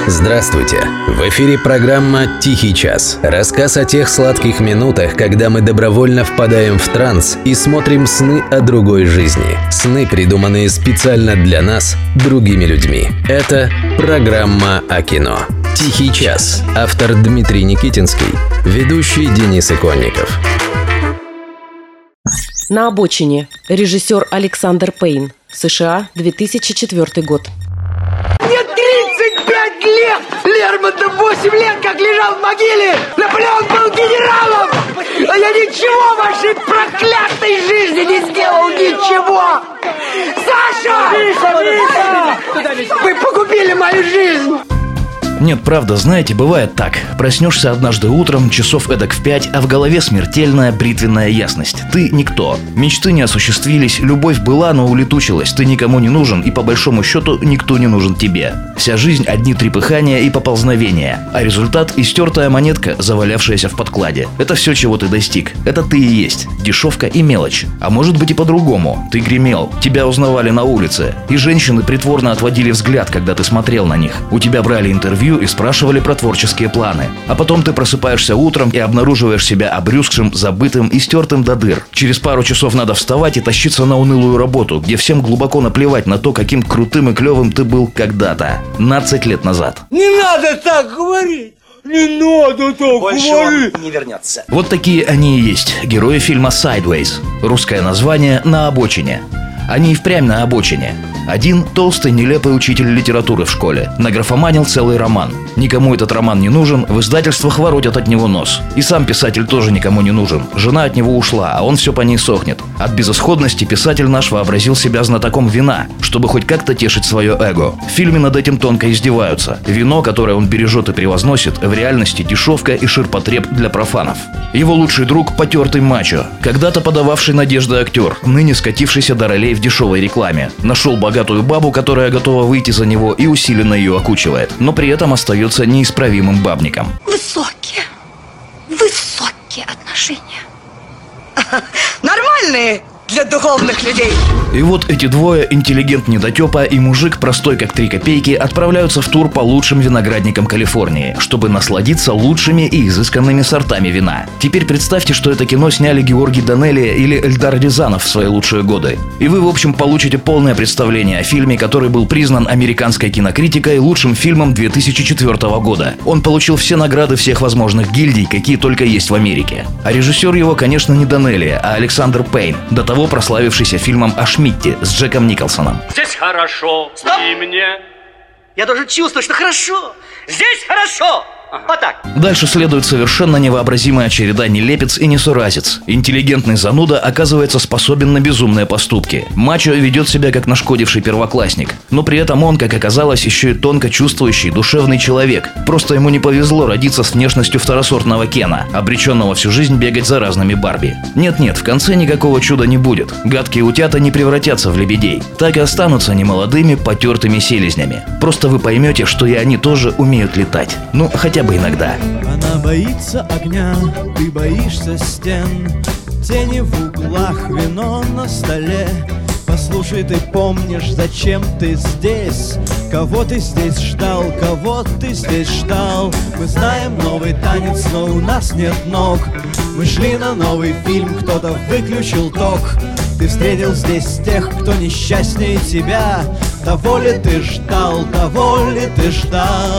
Здравствуйте! В эфире программа «Тихий час». Рассказ о тех сладких минутах, когда мы добровольно впадаем в транс и смотрим сны о другой жизни. Сны, придуманные специально для нас, другими людьми. Это программа о кино. «Тихий час». Автор Дмитрий Никитинский. Ведущий Денис Иконников. «На обочине». Режиссер Александр Пейн. США, 2004 год. Мне 35 лет! Лермонтов 8 лет как лежал в могиле! Наполеон был генералом! А я ничего в вашей проклятой жизни не сделал! Ничего! Саша! Миша! Вы погубили мою жизнь! Нет, правда, знаете, бывает так. Проснешься однажды утром, часов эдак в 5, а в голове смертельная бритвенная ясность. Ты никто. Мечты не осуществились, любовь была, но улетучилась. Ты никому не нужен, и по большому счету никто не нужен тебе. Вся жизнь одни трепыхания и поползновения. А результат – истертая монетка, завалявшаяся в подкладе. Это все, чего ты достиг. Это ты и есть. Дешевка и мелочь. А может быть и по-другому. Ты гремел. Тебя узнавали на улице. И женщины притворно отводили взгляд, когда ты смотрел на них. У тебя брали интервью и спрашивали про творческие планы. А потом ты просыпаешься утром и обнаруживаешь себя обрюзгшим, забытым и стертым до дыр. Через пару часов надо вставать и тащиться на унылую работу, где всем глубоко наплевать на то, каким крутым и клевым ты был когда-то. 15 лет назад. Не надо так говорить! Не надо так больше говорить! Он не вернется. Вот такие они и есть, герои фильма «Sideways». Русское название «На обочине». Они и впрямь на обочине. Один толстый, нелепый учитель литературы в школе награфоманил целый роман. Никому этот роман не нужен, в издательствах воротят от него нос. И сам писатель тоже никому не нужен. Жена от него ушла, а он все по ней сохнет. От безысходности писатель наш вообразил себя знатоком вина, чтобы хоть как-то тешить свое эго. В фильме над этим тонко издеваются. Вино, которое он бережет и превозносит, в реальности дешевка и ширпотреб для профанов. Его лучший друг – потертый мачо, когда-то подававший надежды актер, ныне скатившийся до ролей в дешевой рекламе. Нашел богатую бабу, которая готова выйти за него и усиленно ее окучивает, но при этом остается неисправимым бабником. Высокие отношения. Нормальные для духовных людей. И вот эти двое, интеллигент недотепа и мужик простой как 3 копейки, отправляются в тур по лучшим виноградникам Калифорнии, чтобы насладиться лучшими и изысканными сортами вина. Теперь представьте, что это кино сняли Георгий Данелия или Эльдар Рязанов в свои лучшие годы. И вы, в общем, получите полное представление о фильме, который был признан американской кинокритикой лучшим фильмом 2004 года. Он получил все награды всех возможных гильдий, какие только есть в Америке. А режиссер его, конечно, не Данелия, а Александр Пейн, до того прославившийся фильмом о Шмидте с Джеком Николсоном. Здесь хорошо, и мне. Я даже чувствую, что хорошо. Здесь хорошо. Вот так. Дальше следует совершенно невообразимая череда нелепец и несуразец. Интеллигентный зануда оказывается способен на безумные поступки. Мачо ведет себя как нашкодивший первоклассник. Но при этом он, как оказалось, еще и тонко чувствующий, душевный человек. Просто ему не повезло родиться с внешностью второсортного Кена, обреченного всю жизнь бегать за разными Барби. Нет-нет, в конце никакого чуда не будет. Гадкие утята не превратятся в лебедей. Так и останутся немолодыми, потертыми селезнями. Просто вы поймете, что и они тоже умеют летать. Ну, хотя бы иногда. Она боится огня, ты боишься стен, тени в углах, вино на столе. Послушай, ты помнишь, зачем ты здесь? Кого ты здесь ждал, кого ты здесь ждал? Мы знаем новый танец, но у нас нет ног. Мы шли на новый фильм, кто-то выключил ток. Ты встретил здесь тех, кто несчастнее тебя. Того ли ты ждал, того ли ты ждал?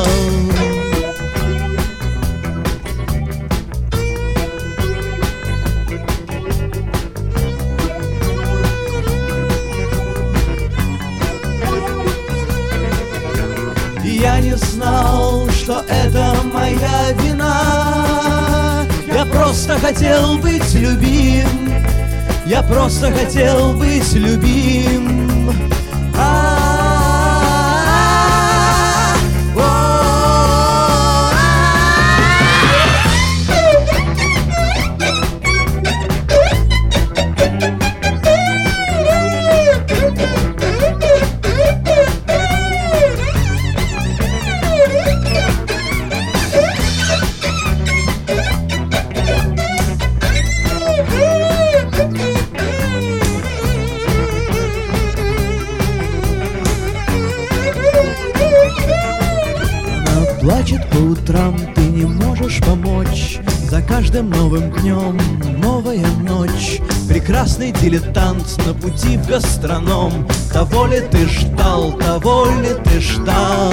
Я не знал, что это моя вина. Я просто хотел быть любим. Я просто хотел быть любим. плачет по утрам, ты не можешь помочь. За каждым новым днем новая ночь. Прекрасный дилетант на пути в гастроном. Того ли ты ждал, того ли ты ждал?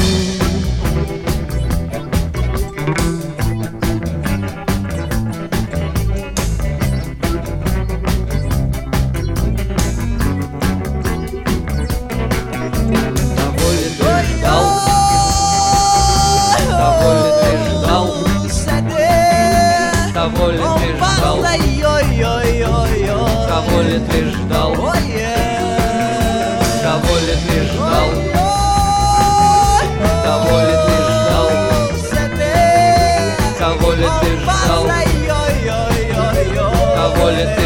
Того ли ты ждал? Кого ли ты ждал? Кого ли ты ждал? Кого ли ты ждал? Кого ли ты ждал? Кого ли ты